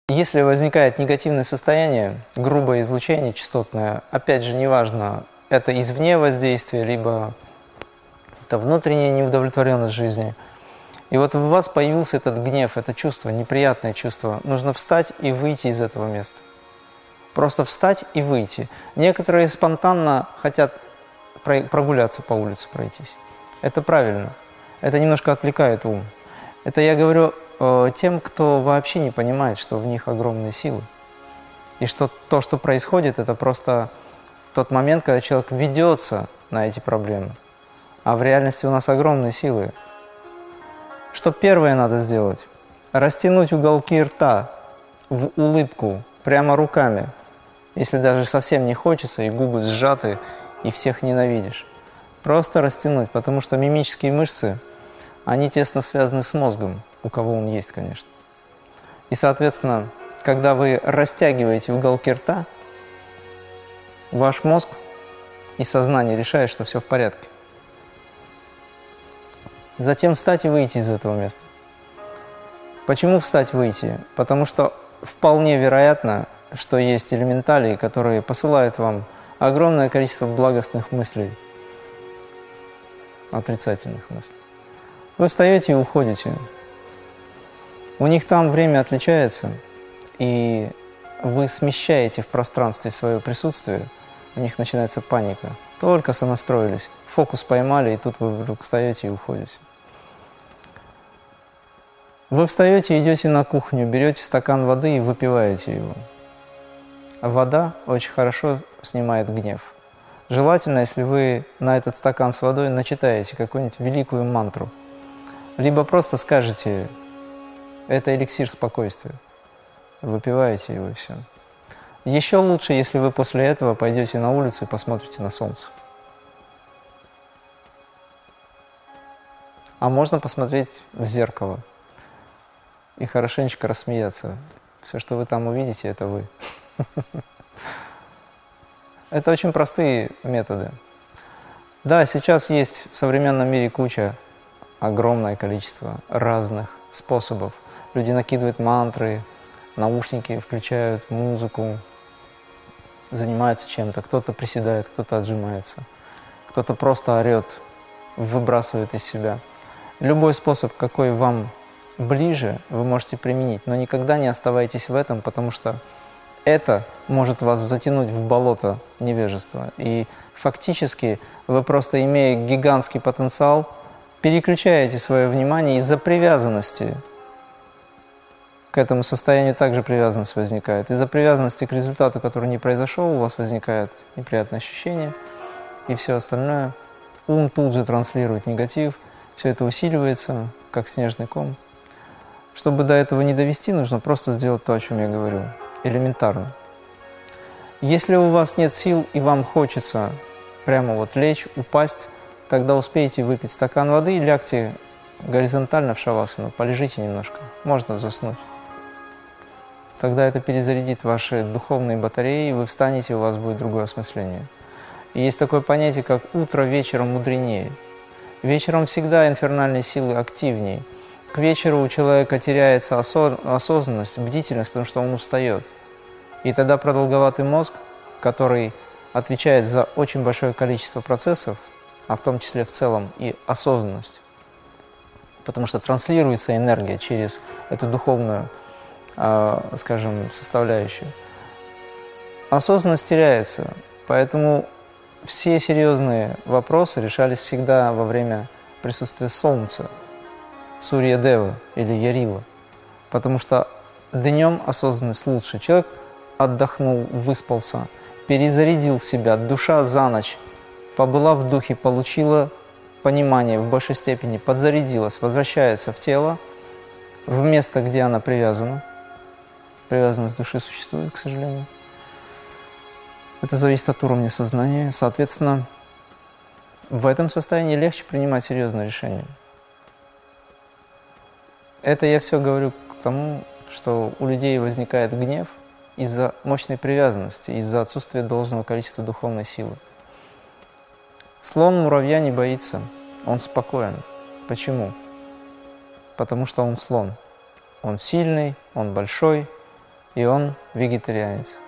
Если возникает негативное состояние, грубое излучение частотное, опять же, неважно, это извне воздействие, либо это внутренняя неудовлетворенность жизни. И вот у вас появился этот гнев, это чувство, неприятное чувство. Нужно встать и выйти из этого места. Просто встать и выйти. Некоторые спонтанно хотят прогуляться по улице, пройтись. Это правильно. Это немножко отвлекает ум. Это я говорю тем, кто вообще не понимает, что в них огромные силы. И что то, что происходит, это просто тот момент, когда человек ведется на эти проблемы. А в реальности у нас огромные силы. Что первое надо сделать? Растянуть уголки рта в улыбку, прямо руками. Если даже совсем не хочется, и губы сжаты, и всех ненавидишь. Просто растянуть, потому что мимические мышцы, они тесно связаны с мозгом, у кого он есть, конечно. И, соответственно, когда вы растягиваете уголки рта, ваш мозг и сознание решает, что все в порядке. Затем встать и выйти из этого места. Почему встать и выйти? Потому что вполне вероятно, что есть элементали, которые посылают вам огромное количество благостных мыслей, отрицательных мыслей. Вы встаете и уходите. У них там время отличается, и вы смещаете в пространстве свое присутствие, у них начинается паника. Только сонастроились, фокус поймали, и тут вы вдруг встаете и уходите. Вы встаете, идете на кухню, берете стакан воды и выпиваете его. Вода очень хорошо снимает гнев. Желательно, если вы на этот стакан с водой начитаете какую-нибудь великую мантру. Либо просто скажете: это эликсир спокойствия. Выпиваете его и все. Еще лучше, если вы после этого пойдете на улицу и посмотрите на солнце. А можно посмотреть в зеркало и хорошенечко рассмеяться. Все, что вы там увидите, это вы. Это очень простые методы. Да, сейчас есть в современном мире куча, огромное количество разных способов. Люди накидывают мантры, наушники включают, музыку, занимаются чем-то. Кто-то приседает, кто-то отжимается, кто-то просто орет, выбрасывает из себя. Любой способ, какой вам ближе, вы можете применить, но никогда не оставайтесь в этом, потому что это может вас затянуть в болото невежества. И фактически вы просто, имея гигантский потенциал, переключаете свое внимание из-за привязанности. К этому состоянию также привязанность возникает. Из-за привязанности к результату, который не произошел, у вас возникает неприятное ощущение и все остальное. Ум тут же транслирует негатив, все это усиливается, как снежный ком. Чтобы до этого не довести, нужно просто сделать то, о чем я говорил. Элементарно. Если у вас нет сил и вам хочется прямо вот лечь, упасть, тогда успейте выпить стакан воды и лягте горизонтально в шавасану, полежите немножко, можно заснуть. Тогда это перезарядит ваши духовные батареи, вы встанете, у вас будет другое осмысление. И есть такое понятие, как утро вечером мудренее. Вечером всегда инфернальные силы активнее. К вечеру у человека теряется осознанность, бдительность, потому что он устает. И тогда продолговатый мозг, который отвечает за очень большое количество процессов, а в том числе в целом и осознанность, потому что транслируется энергия через эту духовную, скажем, составляющую. Осознанность теряется, поэтому все серьезные вопросы решались всегда во время присутствия Солнца, Сурья-девы или Ярила, потому что днем осознанность лучше. Человек отдохнул, выспался, перезарядил себя, душа за ночь побыла в духе, получила понимание в большей степени, подзарядилась, возвращается в тело, в место, где она привязана. Привязанность души существует, к сожалению. Это зависит от уровня сознания. Соответственно, в этом состоянии легче принимать серьезные решения. Это я все говорю к тому, что у людей возникает гнев из-за мощной привязанности, из-за отсутствия должного количества духовной силы. Слон муравья не боится, он спокоен. Почему? Потому что он слон. Он сильный, он большой, и он вегетарианец.